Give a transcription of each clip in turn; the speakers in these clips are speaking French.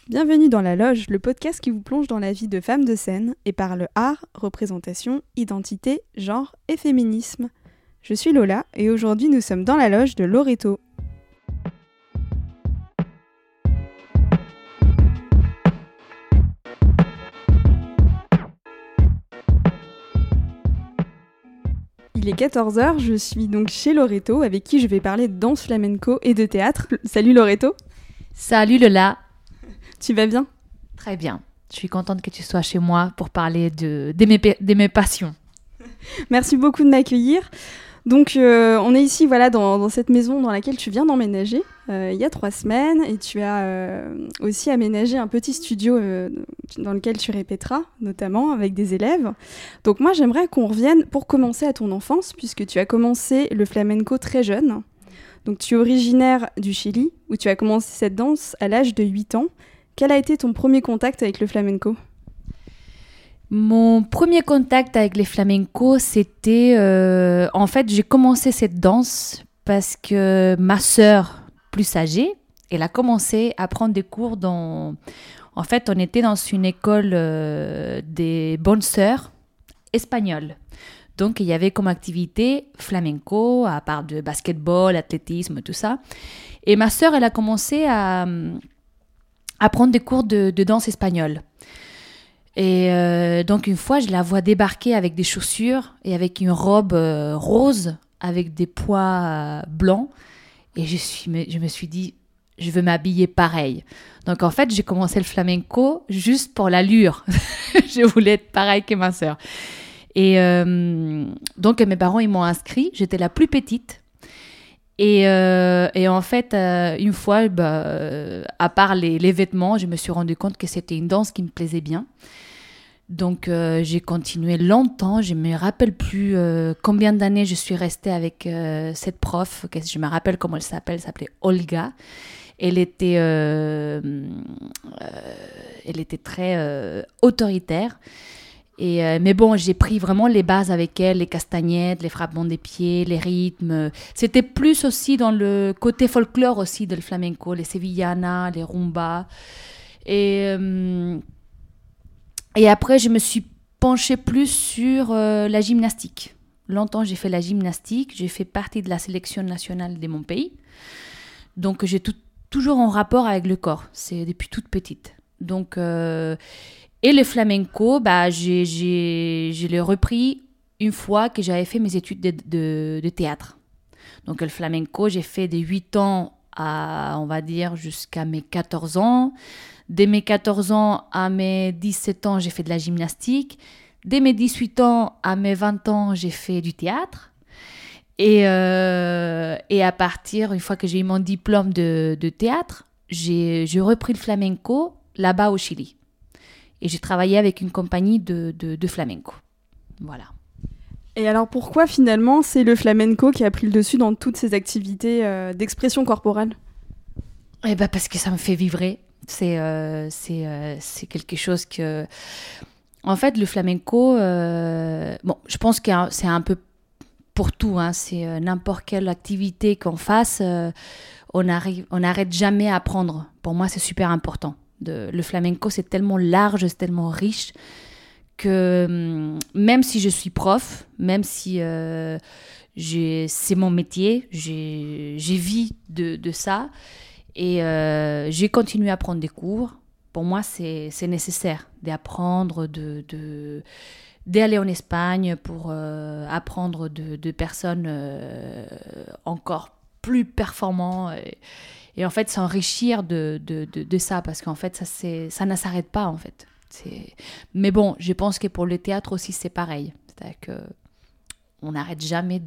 Bienvenue dans La Loge, le podcast qui vous plonge dans la vie de femmes de scène et parle art, représentation, identité, genre et féminisme. Je suis Lola et aujourd'hui nous sommes dans la loge de Loreto. Il est 14h, je suis donc chez Loreto avec qui je vais parler de danse flamenco et de théâtre. Salut Loreto. Salut Lola. Tu vas bien ? Très bien. Je suis contente que tu sois chez moi pour parler de mes passions. Merci beaucoup de m'accueillir. Donc on est ici dans cette maison dans laquelle tu viens d'emménager il y a 3 semaines et tu as aussi aménagé un petit studio dans lequel tu répéteras, notamment avec des élèves. Donc moi j'aimerais qu'on revienne pour commencer à ton enfance puisque tu as commencé le flamenco très jeune. Donc tu es originaire du Chili où tu as commencé cette danse à l'âge de 8 ans. Quel a été ton premier contact avec le flamenco ? Mon premier contact avec les flamencos, c'était... en fait, j'ai commencé cette danse parce que ma sœur, plus âgée, elle a commencé à prendre des cours dans... En fait, on était dans une école des bonnes sœurs espagnoles. Donc, il y avait comme activité flamenco, à part de basketball, athlétisme, tout ça. Et ma sœur, elle a commencé à prendre des cours de danse espagnole. Et donc une fois, je la vois débarquer avec des chaussures et avec une robe rose avec des pois blancs. Et je me suis dit, je veux m'habiller pareil. Donc en fait, j'ai commencé le flamenco juste pour l'allure. Je voulais être pareil que ma sœur. Et donc mes parents, ils m'ont inscrit. J'étais la plus petite. Et en fait, une fois, à part les vêtements, je me suis rendu compte que c'était une danse qui me plaisait bien. Donc, j'ai continué longtemps. Je ne me rappelle plus combien d'années je suis restée avec cette prof. Je me rappelle comment elle s'appelait Olga. Elle était très autoritaire. Mais bon, j'ai pris vraiment les bases avec elle, les castagnettes, les frappements des pieds, les rythmes. C'était plus aussi dans le côté folklore aussi de le flamenco, les sevillanas, les rumbas. Et après, je me suis penchée plus sur la gymnastique. Longtemps, j'ai fait la gymnastique. J'ai fait partie de la sélection nationale de mon pays. Donc, j'ai toujours en rapport avec le corps. C'est depuis toute petite. Donc... Et le flamenco, je l'ai repris une fois que j'avais fait mes études de théâtre. Donc le flamenco, j'ai fait de 8 ans à, on va dire, jusqu'à mes 14 ans. Dès mes 14 ans à mes 17 ans, j'ai fait de la gymnastique. Dès mes 18 ans à mes 20 ans, j'ai fait du théâtre. Et à partir, une fois que j'ai eu mon diplôme de théâtre, j'ai repris le flamenco là-bas au Chili. Et j'ai travaillé avec une compagnie de flamenco. Voilà. Et alors pourquoi finalement c'est le flamenco qui a pris le dessus dans toutes ces activités d'expression corporelle ? Eh ben parce que ça me fait vibrer. C'est quelque chose que... En fait, le flamenco, je pense que c'est un peu pour tout. Hein. C'est n'importe quelle activité qu'on fasse, on n'arrête jamais à apprendre. Pour moi, c'est super important. Le flamenco, c'est tellement large, c'est tellement riche que même si je suis prof, même si c'est mon métier, j'ai vis de ça et j'ai continué à prendre des cours. Pour moi, c'est nécessaire d'apprendre, d'aller en Espagne pour apprendre de personnes encore plus performantes. Et en fait, s'enrichir de ça, parce qu'en fait, ça ne s'arrête pas, en fait. Mais bon, je pense que pour le théâtre aussi, c'est pareil. C'est-à-dire qu'on n'arrête jamais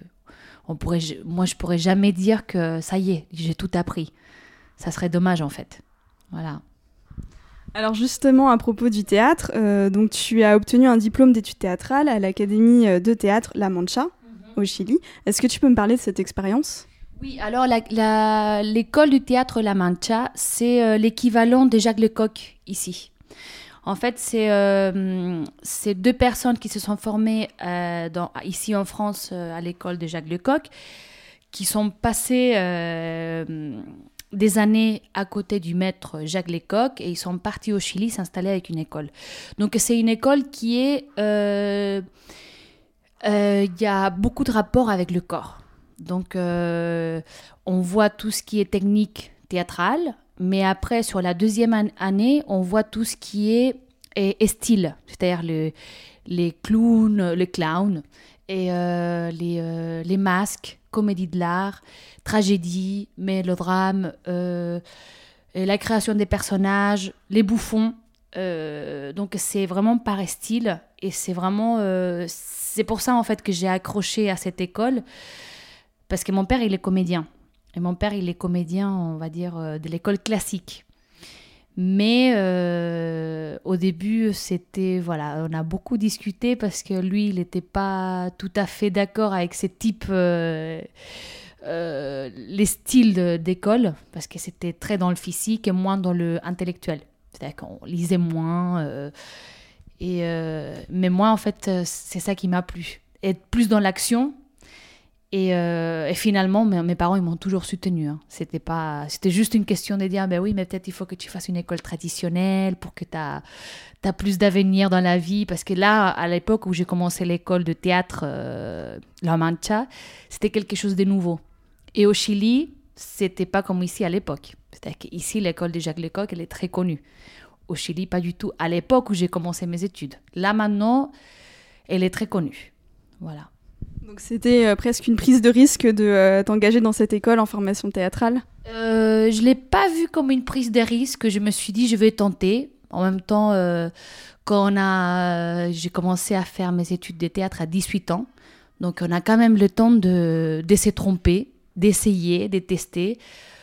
moi, je pourrais jamais dire que ça y est, j'ai tout appris. Ça serait dommage, en fait. Voilà. Alors justement, à propos du théâtre, donc tu as obtenu un diplôme d'études théâtrales à l'Académie de théâtre La Mancha, au Chili. Est-ce que tu peux me parler de cette expérience ? Oui, alors l'école du théâtre La Mancha, c'est l'équivalent de Jacques Lecoq ici. En fait, c'est 2 personnes qui se sont formées ici en France à l'école de Jacques Lecoq, qui sont passées des années à côté du maître Jacques Lecoq et ils sont partis au Chili s'installer avec une école. Donc c'est une école qui est... y a beaucoup de rapports avec le corps. Donc on voit tout ce qui est technique théâtrale, mais après sur la deuxième année, on voit tout ce qui est style, c'est-à-dire les clowns, les clowns, et les masques, comédie de l'art, tragédie, mélodrame, et la création des personnages, les bouffons. Donc c'est vraiment par style et c'est vraiment c'est pour ça en fait que j'ai accroché à cette école parce que mon père il est comédien et mon père il est comédien on va dire de l'école classique. Mais au début, c'était, voilà, on a beaucoup discuté parce que lui, il n'était pas tout à fait d'accord avec ces types, les styles d'école, parce que c'était très dans le physique et moins dans le intellectuel. C'est-à-dire qu'on lisait moins. Mais moi, en fait, c'est ça qui m'a plu. Être plus dans l'action. Et finalement, mes parents, ils m'ont toujours soutenue. Hein. C'était juste une question de dire, ben oui, mais peut-être il faut que tu fasses une école traditionnelle pour que tu as plus d'avenir dans la vie. Parce que là, à l'époque où j'ai commencé l'école de théâtre La Mancha, c'était quelque chose de nouveau. Et au Chili, c'était pas comme ici à l'époque. C'est-à-dire qu'ici, l'école de Jacques Lecoq, elle est très connue. Au Chili, pas du tout. À l'époque où j'ai commencé mes études. Là, maintenant, elle est très connue. Voilà. Donc c'était presque une prise de risque de t'engager dans cette école en formation théâtrale. Je ne l'ai pas vu comme une prise de risque. Je me suis dit, je vais tenter. En même temps, j'ai commencé à faire mes études de théâtre à 18 ans. Donc on a quand même le temps de se tromper, d'essayer, de tester.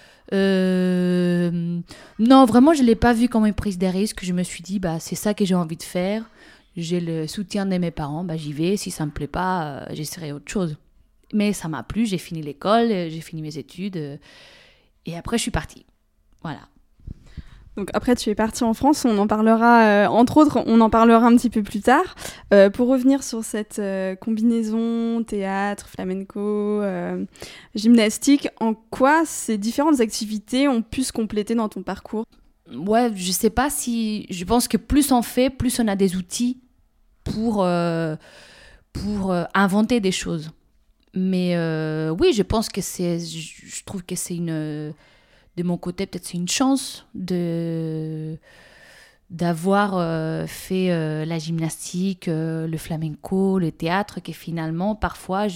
Non, vraiment, je ne l'ai pas vu comme une prise de risque. Je me suis dit, bah, c'est ça que j'ai envie de faire. J'ai le soutien de mes parents, bah, j'y vais. Si ça ne me plaît pas, j'essaierai autre chose. Mais ça m'a plu, j'ai fini l'école, j'ai fini mes études. Et après, je suis partie. Voilà. Donc après, tu es partie en France, on en parlera, entre autres, on en parlera un petit peu plus tard. Pour revenir sur cette combinaison théâtre, flamenco, gymnastique, en quoi ces différentes activités ont pu se compléter dans ton parcours ? Ouais, je sais pas si... Je pense que plus on fait, plus on a des outils pour inventer des choses. Mais oui, je pense que je trouve que c'est une... De mon côté, peut-être c'est une chance d'avoir fait la gymnastique, le flamenco, le théâtre, que finalement, parfois,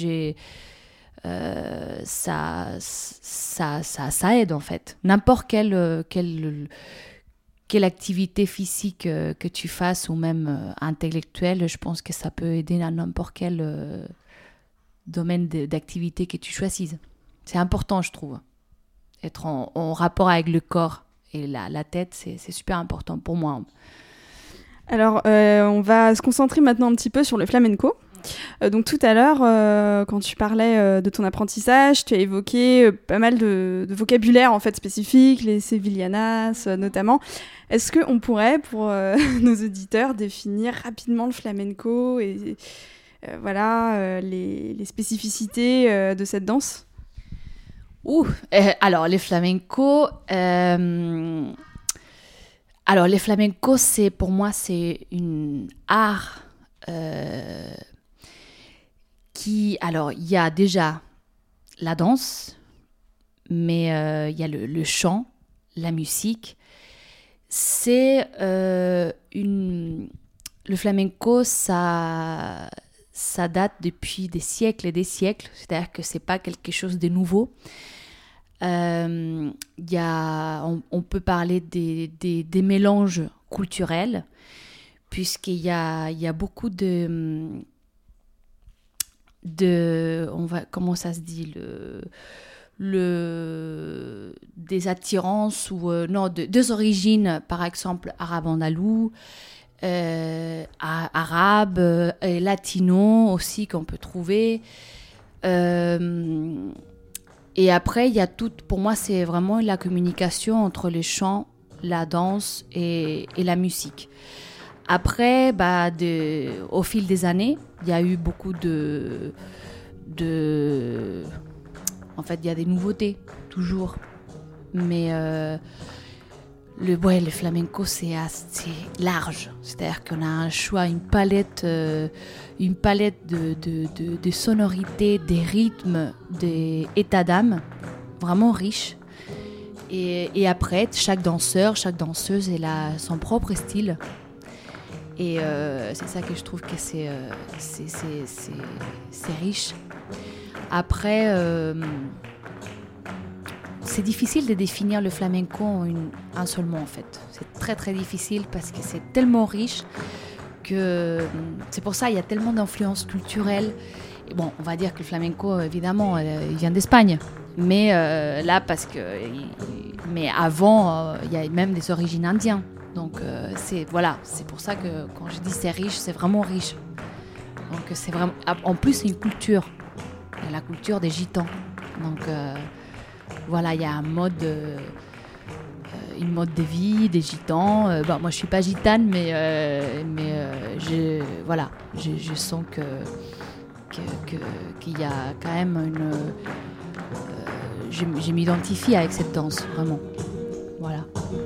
ça aide en fait. N'importe quelle activité physique que tu fasses ou même intellectuelle, je pense que ça peut aider à n'importe quel domaine d'activité que tu choisisses. C'est important, je trouve. Être en rapport avec le corps et la tête, c'est super important pour moi. Alors, on va se concentrer maintenant un petit peu sur le flamenco. Donc tout à l'heure, quand tu parlais de ton apprentissage, tu as évoqué pas mal de vocabulaire en fait spécifique, les sevillanas notamment. Est-ce qu'on pourrait, pour nos auditeurs, définir rapidement le flamenco et les spécificités de cette danse ? Alors les flamenco, pour moi c'est une art alors il y a déjà la danse, mais il y a le chant, la musique. Le flamenco, ça date depuis des siècles et des siècles, c'est-à-dire que c'est pas quelque chose de nouveau. On peut parler des mélanges culturels, puisqu'il y a beaucoup comment ça se dit, des attirances ou deux origines, par exemple arabe-andalou, arabe, latino aussi qu'on peut trouver. Et après, il y a pour moi, c'est vraiment la communication entre les chants, la danse et la musique. Après, au fil des années, il y a eu beaucoup en fait, il y a des nouveautés, toujours. mais le flamenco, c'est assez large. C'est-à-dire qu'on a un choix, une palette de sonorités, des rythmes, des états d'âme vraiment riches. Et après, chaque danseur, chaque danseuse, elle a son propre style. Et c'est ça que je trouve que c'est riche. Après, c'est difficile de définir le flamenco en un seul mot en fait. C'est très très difficile parce que c'est tellement riche que c'est pour ça il y a tellement d'influences culturelles. Et bon, on va dire que le flamenco, évidemment, il vient d'Espagne. Mais là, mais avant, il y a même des origines indiennes. Donc c'est pour ça que quand je dis c'est riche, c'est vraiment riche. Donc c'est vraiment. En plus, c'est une culture. Il y a la culture des gitans. Donc voilà, il y a une mode de vie des gitans. Moi, je suis pas gitane, mais je sens qu'il y a quand même une. Je m'identifie avec cette danse, vraiment. Voilà.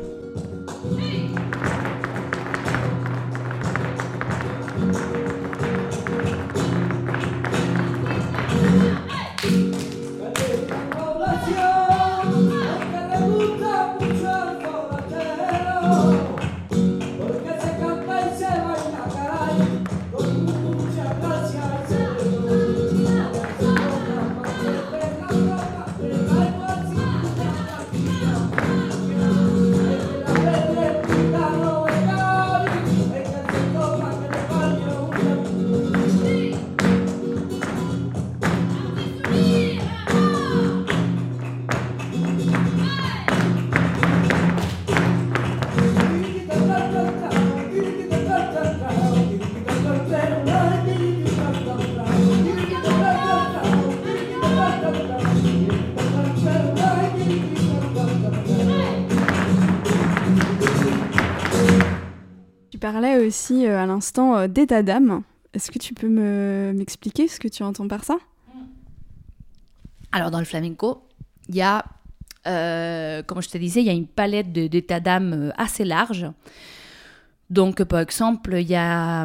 Tu parlais aussi à l'instant d'état d'âme. Est-ce que tu peux m'expliquer ce que tu entends par ça ? Alors dans le flamenco, il y a, comme je te disais, il y a une palette d'états d'âme assez large. Donc par exemple, il y a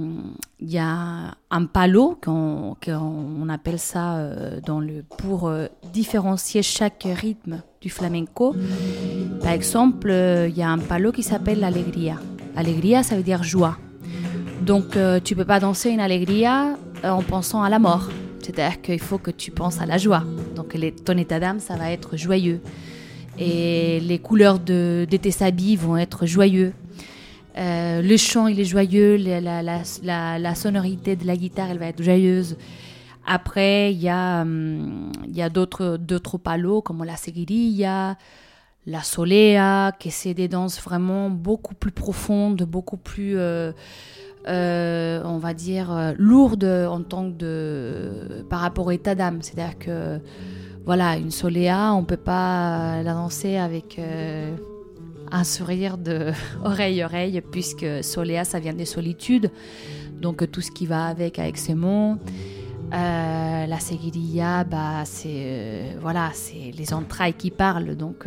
un palo, qu'on appelle ça pour différencier chaque rythme du flamenco. Par exemple, il y a un palo qui s'appelle l'alegria. Alegria, ça veut dire joie. Donc, tu ne peux pas danser une alegria en pensant à la mort. C'est-à-dire qu'il faut que tu penses à la joie. Donc, ton état d'âme, ça va être joyeux. Et les couleurs de tes habits vont être joyeux. Le chant, il est joyeux. La sonorité de la guitare, elle va être joyeuse. Après, il y a d'autres palos, comme la seguirilla, la solea, que c'est des danses vraiment beaucoup plus profondes, beaucoup plus, on va dire, lourdes par rapport au état d'âme. C'est-à-dire que, voilà, une solea, on ne peut pas la danser avec un sourire de oreille-oreille, puisque solea, ça vient des solitudes. Donc, tout ce qui va avec ces mots. La seguirilla, c'est les entrailles qui parlent. Donc,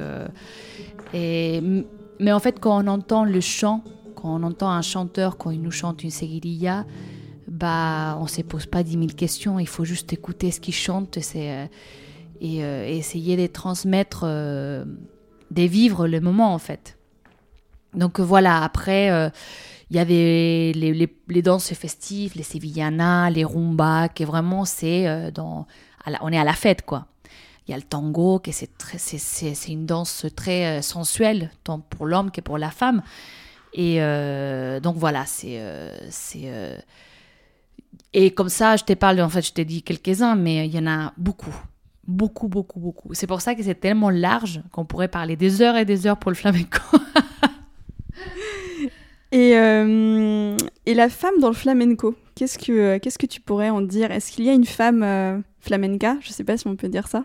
mais en fait, quand on entend le chant, quand on entend un chanteur, quand il nous chante une seguirilla, on ne se pose pas 10 000 questions. Il faut juste écouter ce qu'il chante et essayer de transmettre, de vivre le moment en fait. Donc voilà, après... il y avait les danses festives, les sevillanas, les rumbas, qui vraiment on est à la fête quoi. Il y a le tango, qui c'est une danse très sensuelle, tant pour l'homme que pour la femme. Et donc voilà, et comme ça, je t'ai dit quelques-uns, mais il y en a beaucoup. Beaucoup, beaucoup, beaucoup. C'est pour ça que c'est tellement large qu'on pourrait parler des heures et des heures pour le flamenco. Et la femme dans le flamenco, qu'est-ce que tu pourrais en dire ? Est-ce qu'il y a une femme flamenca ? Je ne sais pas si on peut dire ça.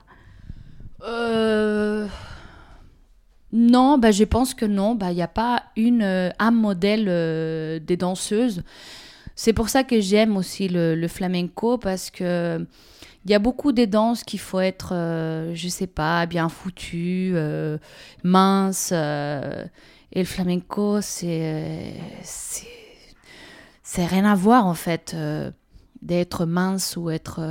Non, je pense que non. Il n'y a pas un modèle des danseuses. C'est pour ça que j'aime aussi le flamenco, parce que Il y a beaucoup de danses qu'il faut être, je sais pas, bien foutu, mince. Et le flamenco, c'est rien à voir en fait, d'être mince ou être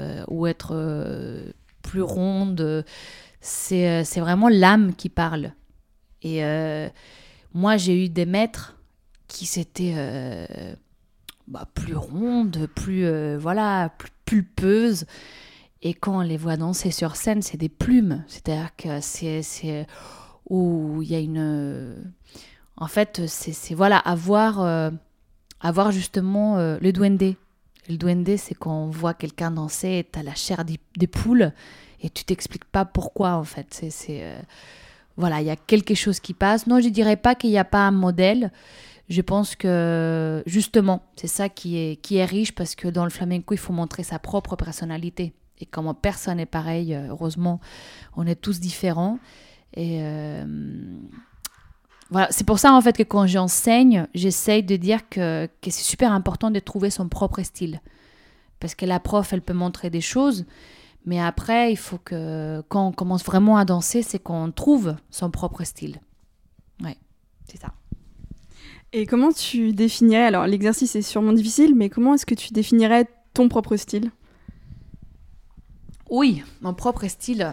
plus ronde. C'est vraiment l'âme qui parle. Et moi, j'ai eu des maîtres qui s'étaient plus rondes, plus pulpeuses. Et quand on les voit danser sur scène, c'est des plumes. C'est-à-dire que c'est où il y a une... En fait, c'est voilà, avoir justement le duende. Le duende, c'est quand on voit quelqu'un danser et t'as la chair des poules et tu t'expliques pas pourquoi, en fait. Voilà, il y a quelque chose qui passe. Non, je dirais pas qu'il n'y a pas un modèle. Je pense que, justement, c'est ça qui est riche parce que dans le flamenco, il faut montrer sa propre personnalité. Et comme personne n'est pareil, heureusement, on est tous différents. Et voilà, c'est pour ça, en fait, que quand j'enseigne, j'essaye de dire que c'est super important de trouver son propre style. Parce que la prof, elle peut montrer des choses, mais après, il faut que, quand on commence vraiment à danser, c'est qu'on trouve son propre style. Ouais, c'est ça. Et comment tu définirais, alors l'exercice est sûrement difficile, mais comment est-ce que tu définirais ton propre style ? Oui, mon propre style.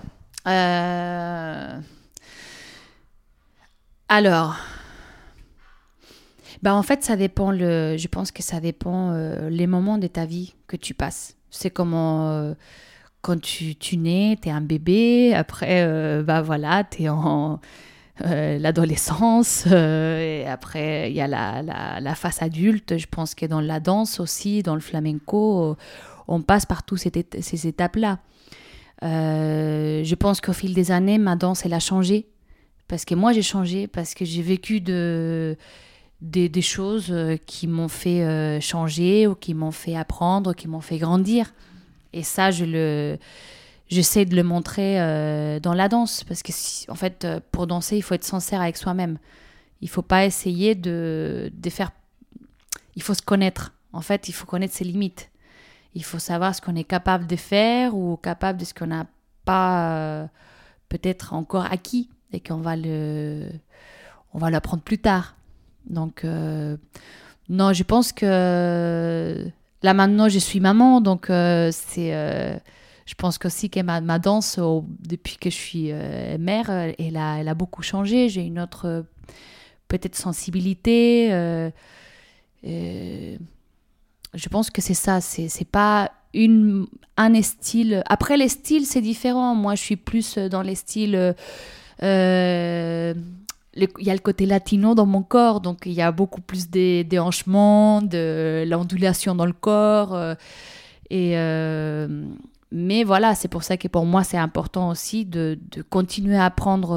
Alors, en fait, ça dépend. Je pense que ça dépend les moments de ta vie que tu passes. C'est comment quand tu nais, t'es un bébé. Après, voilà, t'es en l'adolescence. Et après, il y a la phase adulte. Je pense que dans la danse aussi, dans le flamenco, on passe par toutes ces étapes-là. Je pense qu'au fil des années, ma danse, elle a changé. Parce que moi, j'ai changé, parce que j'ai vécu des choses qui m'ont fait changer, ou qui m'ont fait apprendre, qui m'ont fait grandir. Et ça, j'essaie de le montrer dans la danse. Parce que, en fait, pour danser, il faut être sincère avec soi-même. Il ne faut pas essayer de faire... Il faut se connaître. En fait, il faut connaître ses limites. Il faut savoir ce qu'on est capable de faire ou capable de ce qu'on n'a pas peut-être encore acquis et qu'on va l'apprendre plus tard. Donc, non, je pense que là maintenant, je suis maman, donc je pense qu'aussi que ma danse, depuis que je suis mère, elle a beaucoup changé. J'ai une autre peut-être sensibilité. Je pense que c'est ça, c'est pas un style. Après, les styles, c'est différent. Moi, je suis plus dans les styles... il y a le côté latino dans mon corps, donc il y a beaucoup plus des hanchements, de l'ondulation dans le corps. Mais voilà, c'est pour ça que pour moi, c'est important aussi de continuer à apprendre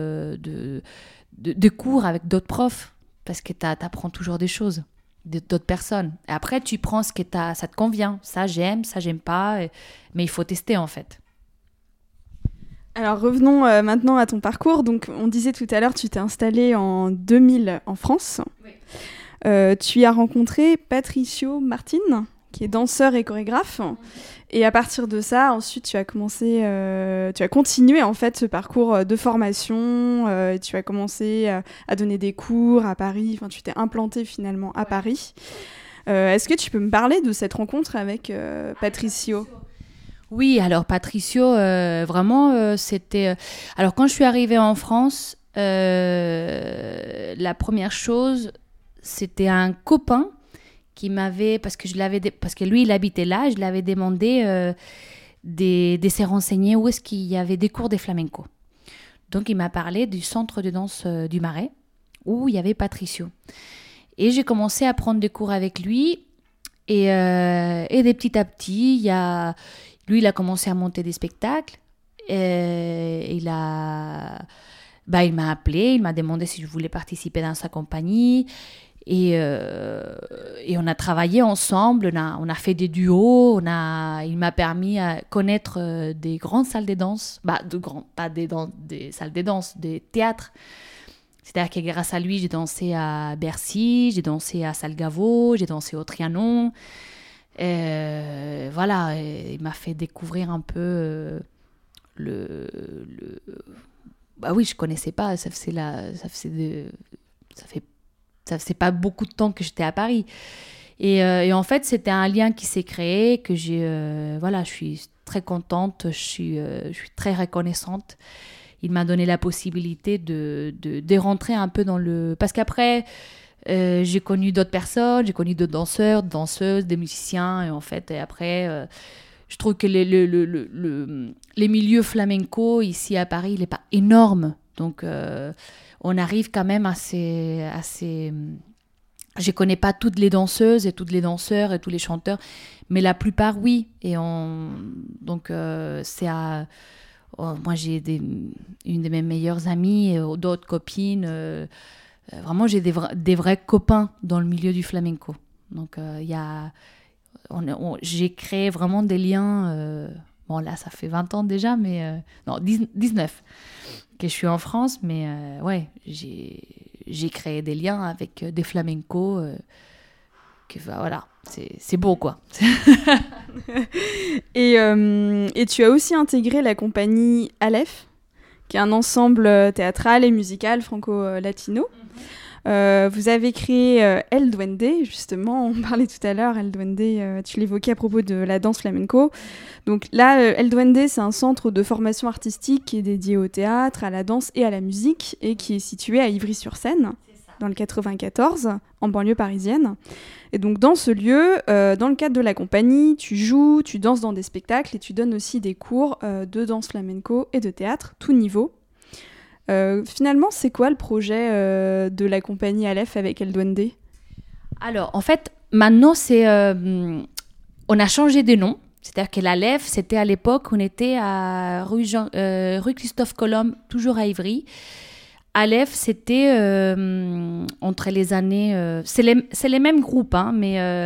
de cours avec d'autres profs, parce que tu apprends toujours des choses d'autres personnes. Et après, tu prends ce que ça te convient. Ça, j'aime pas. Mais il faut tester, en fait. Alors, revenons maintenant à ton parcours. Donc, on disait tout à l'heure, tu t'es installée en 2000 en France. Oui. Tu y as rencontré Patricio Martin, qui est danseur et chorégraphe. Et à partir de ça, ensuite, tu as continué en fait ce parcours de formation. Tu as commencé à donner des cours à Paris. Enfin, tu t'es implantée finalement à Paris. Est-ce que tu peux me parler de cette rencontre avec Patricio ? Oui, alors Patricio, vraiment, c'était... Alors, quand je suis arrivée en France, la première chose, c'était un copain qui m'avait, parce que lui, il habitait là, je l'avais demandé de se renseigner où est-ce qu'il y avait des cours de flamenco. Donc, il m'a parlé du centre de danse du Marais, où il y avait Patricio. Et j'ai commencé à prendre des cours avec lui, et de petit à petit, lui, il a commencé à monter des spectacles, et il m'a appelé, il m'a demandé si je voulais participer dans sa compagnie. Et on a travaillé ensemble, on a fait des duos, il m'a permis à connaître des grandes salles de danse, pas des salles de danse, des théâtres. C'est-à-dire que grâce à lui, j'ai dansé à Bercy, j'ai dansé à Salgavo, j'ai dansé au Trianon. Voilà, et il m'a fait découvrir un peu bah oui, je connaissais pas, ça faisait pas beaucoup de temps que j'étais à Paris. Et en fait, c'était un lien qui s'est créé, que voilà, je suis très contente, je suis très reconnaissante. Il m'a donné la possibilité de rentrer un peu dans le... Parce qu'après, j'ai connu d'autres personnes, j'ai connu d'autres danseurs, danseuses, des musiciens, et en fait, et après, je trouve que les milieux flamenco ici à Paris, il n'est pas énorme. Donc, on arrive quand même assez... Je ne connais pas toutes les danseuses et toutes les danseurs et tous les chanteurs, mais la plupart, oui. Donc, moi, j'ai une de mes meilleures amies, d'autres copines. Vraiment, j'ai des vrais copains dans le milieu du flamenco. Donc, j'ai créé vraiment des liens. Bon, là, ça fait 20 ans déjà, mais... non, 19 que je suis en France, mais ouais, j'ai créé des liens avec des flamencos. Voilà, c'est beau, quoi. Et tu as aussi intégré la compagnie Aleph, qui est un ensemble théâtral et musical franco-latino. Vous avez créé El Duende, justement, on parlait tout à l'heure, El Duende, tu l'évoquais à propos de la danse flamenco. Donc là, El Duende, c'est un centre de formation artistique qui est dédié au théâtre, à la danse et à la musique, et qui est situé à Ivry-sur-Seine, dans le 94, en banlieue parisienne. Et donc dans ce lieu, dans le cadre de la compagnie, tu joues, tu danses dans des spectacles et tu donnes aussi des cours de danse flamenco et de théâtre, tout niveau. Finalement, c'est quoi le projet de la compagnie Aleph avec El Duende ? Alors, en fait, maintenant, on a changé de nom. C'est-à-dire que l'Aleph, c'était à l'époque, on était à rue Christophe Colomb, toujours à Ivry. Aleph, c'était entre les années... c'est les mêmes groupes, hein, mais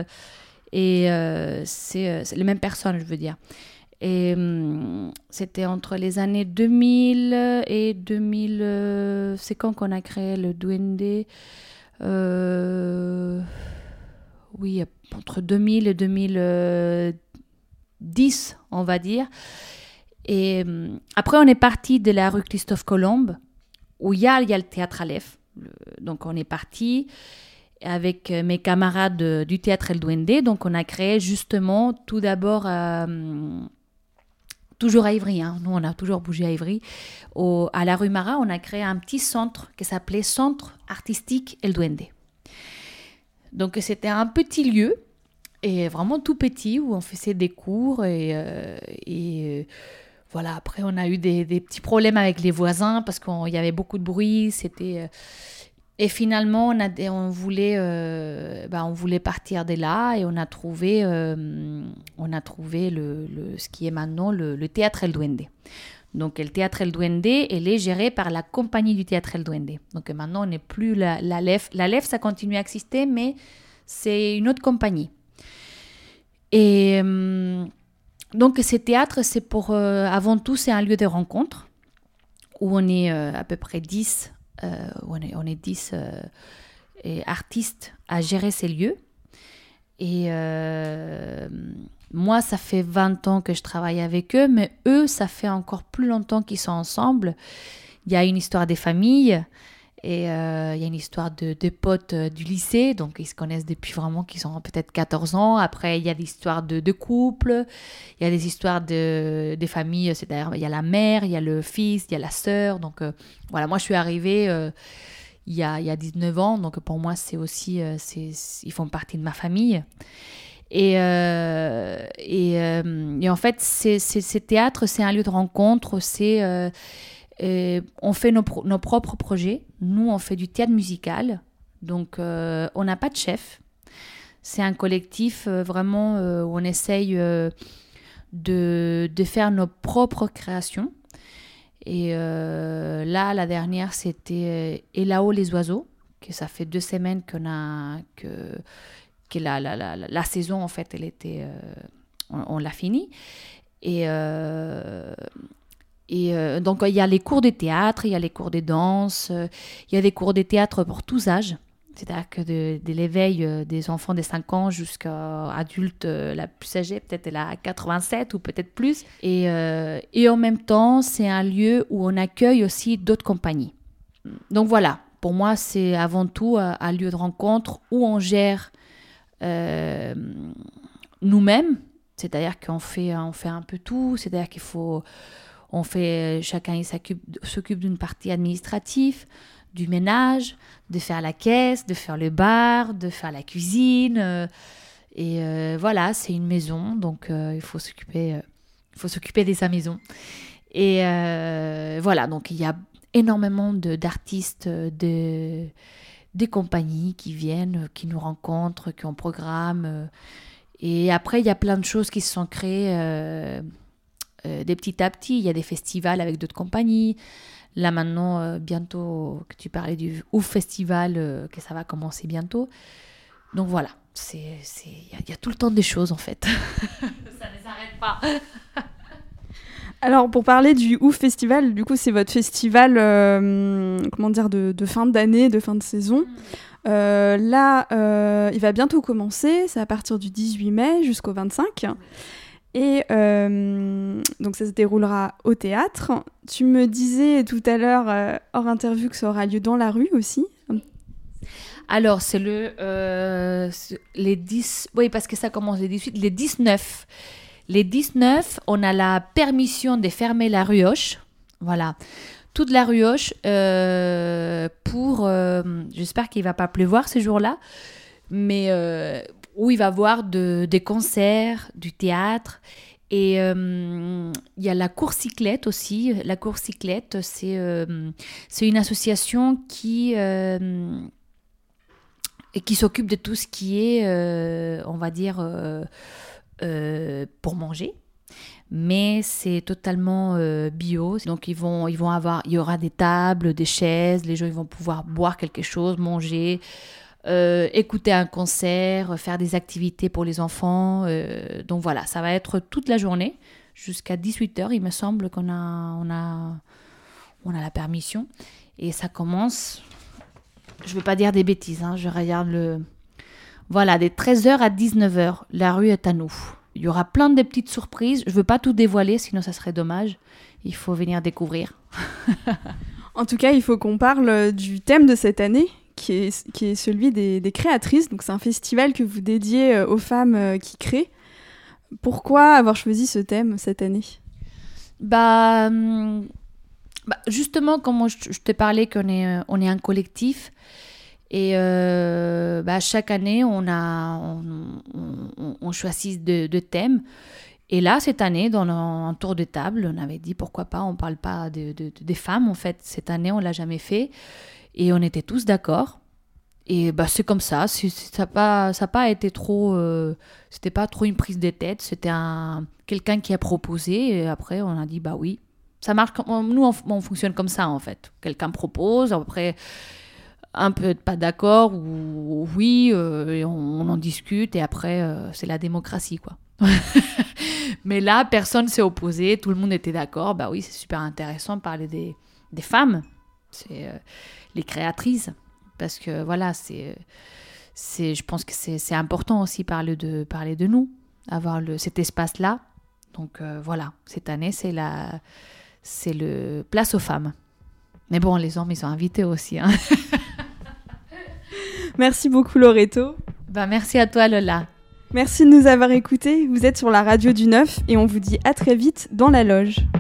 c'est les mêmes personnes, je veux dire. Et c'était entre les années 2000 et 2000... c'est quand qu'on a créé le Duende oui, entre 2000 et 2010, on va dire. Et après, on est parti de la rue Christophe Colomb, où il y a le théâtre Aleph. Donc, on est parti avec mes camarades du théâtre El Duende. Donc, on a créé justement, tout d'abord... toujours à Ivry, hein. Nous on a toujours bougé à Ivry. À la rue Marat, on a créé un petit centre qui s'appelait Centre Artistique El Duende. Donc c'était un petit lieu, et vraiment tout petit, où on faisait des cours. Et voilà, après on a eu des petits problèmes avec les voisins, parce qu'il y avait beaucoup de bruit. Et finalement, on voulait partir de là, et on a trouvé ce qui est maintenant le théâtre El Duende. Donc, le théâtre El Duende, elle est géré par la compagnie du théâtre El Duende. Donc, maintenant, on n'est plus l'Aleph. L'Aleph, ça continue à exister, mais c'est une autre compagnie. Et donc, ce théâtre, c'est avant tout, c'est un lieu de rencontre, où on est à peu près 10 on est 10 artistes à gérer ces lieux. Et moi, ça fait 20 ans que je travaille avec eux, mais eux, ça fait encore plus longtemps qu'ils sont ensemble. Il y a une histoire des familles, et il y a une histoire de potes du lycée, donc ils se connaissent depuis vraiment qu'ils ont peut-être 14 ans. Après, il y a l'histoire de couples, il y a des histoires des familles, c'est-à-dire il y a la mère, il y a le fils, il y a la sœur. Donc voilà, moi je suis arrivée il y a 19 ans, donc pour moi c'est aussi, ils font partie de ma famille. Et en fait, ces théâtres, c'est un lieu de rencontre, on fait nos propres projets. Nous, on fait du théâtre musical. Donc, on n'a pas de chef. C'est un collectif vraiment où on essaye de faire nos propres créations. Et là, la dernière, c'était Et là-haut les oiseaux, que ça fait 2 semaines que la saison, en fait, elle était... on l'a finie. Et donc, il y a les cours de théâtre, il y a les cours de danse, il y a des cours de théâtre pour tous âges. C'est-à-dire que de l'éveil des enfants de 5 ans jusqu'à adulte, la plus âgée, peut-être elle a 87 ou peut-être plus. Et en même temps, c'est un lieu où on accueille aussi d'autres compagnies. Donc voilà, pour moi, c'est avant tout un lieu de rencontre où on gère nous-mêmes. C'est-à-dire qu'on fait un peu tout. C'est-à-dire chacun il s'occupe d'une partie administrative, du ménage, de faire la caisse, de faire le bar, de faire la cuisine. Voilà, c'est une maison, donc il faut s'occuper de sa maison. Et voilà, donc il y a énormément d'artistes, des compagnies qui viennent, qui nous rencontrent, qui ont programme. Et après, il y a plein de choses qui se sont créées des petit à petit. Il y a des festivals avec d'autres compagnies. Là maintenant, bientôt, que tu parlais du Ouf Festival, que ça va commencer bientôt. Donc voilà, il y a tout le temps des choses en fait. Ça ne s'arrête pas. Alors pour parler du Ouf Festival, du coup c'est votre festival de fin d'année, de fin de saison. Là, il va bientôt commencer, c'est à partir du 18 mai jusqu'au 25. Et donc ça se déroulera au théâtre. Tu me disais tout à l'heure, hors interview, que ça aura lieu dans la rue aussi. Alors, c'est les 10... Oui, parce que ça commence les 18, les 19. Les 19, on a la permission de fermer la rue Hoche. Voilà. Toute la rue Hoche j'espère qu'il ne va pas pleuvoir ces jours-là, mais où il va y avoir des concerts, du théâtre. Et il y a la course cyclette aussi. La course cyclette, c'est une association qui s'occupe de tout ce qui est, on va dire, pour manger. Mais c'est totalement bio. Donc il y aura des tables, des chaises, les gens ils vont pouvoir boire quelque chose, manger, écouter un concert, faire des activités pour les enfants. Donc voilà, ça va être toute la journée jusqu'à 18h. Il me semble qu'on a la permission. Et ça commence, je ne veux pas dire des bêtises, je regarde voilà, des 13h à 19h. La rue est à nous. Il y aura plein de petites surprises. Je ne veux pas tout dévoiler, sinon ça serait dommage. Il faut venir découvrir. En tout cas, il faut qu'on parle du thème de cette année, qui est celui des créatrices. Donc, c'est un festival que vous dédiez aux femmes qui créent. Pourquoi avoir choisi ce thème cette année ? Justement, comme je te parlais qu'on est un collectif. Et chaque année, on choisit deux thèmes. Et là, cette année, dans un tour de table, on avait dit pourquoi pas, on ne parle pas des femmes. En fait, cette année, on ne l'a jamais fait. Et on était tous d'accord. Et c'est comme ça. Ça n'a pas été trop... c'était pas trop une prise de tête. C'était quelqu'un qui a proposé. Et après, on a dit, oui. Ça marche. Nous, on fonctionne comme ça, en fait. Quelqu'un propose. Après... un peu pas d'accord ou oui, et on en discute et après c'est la démocratie quoi. Mais là personne s'est opposé, tout le monde était d'accord. Oui, c'est super intéressant de parler des femmes, c'est les créatrices, parce que voilà, je pense que c'est important aussi parler de nous, avoir cet espace là. Donc voilà, cette année c'est le place aux femmes. Mais bon, les hommes ils sont invités aussi Merci beaucoup Loreto. Merci à toi Lola. Merci de nous avoir écoutés. Vous êtes sur la radio du 9 et on vous dit à très vite dans la loge.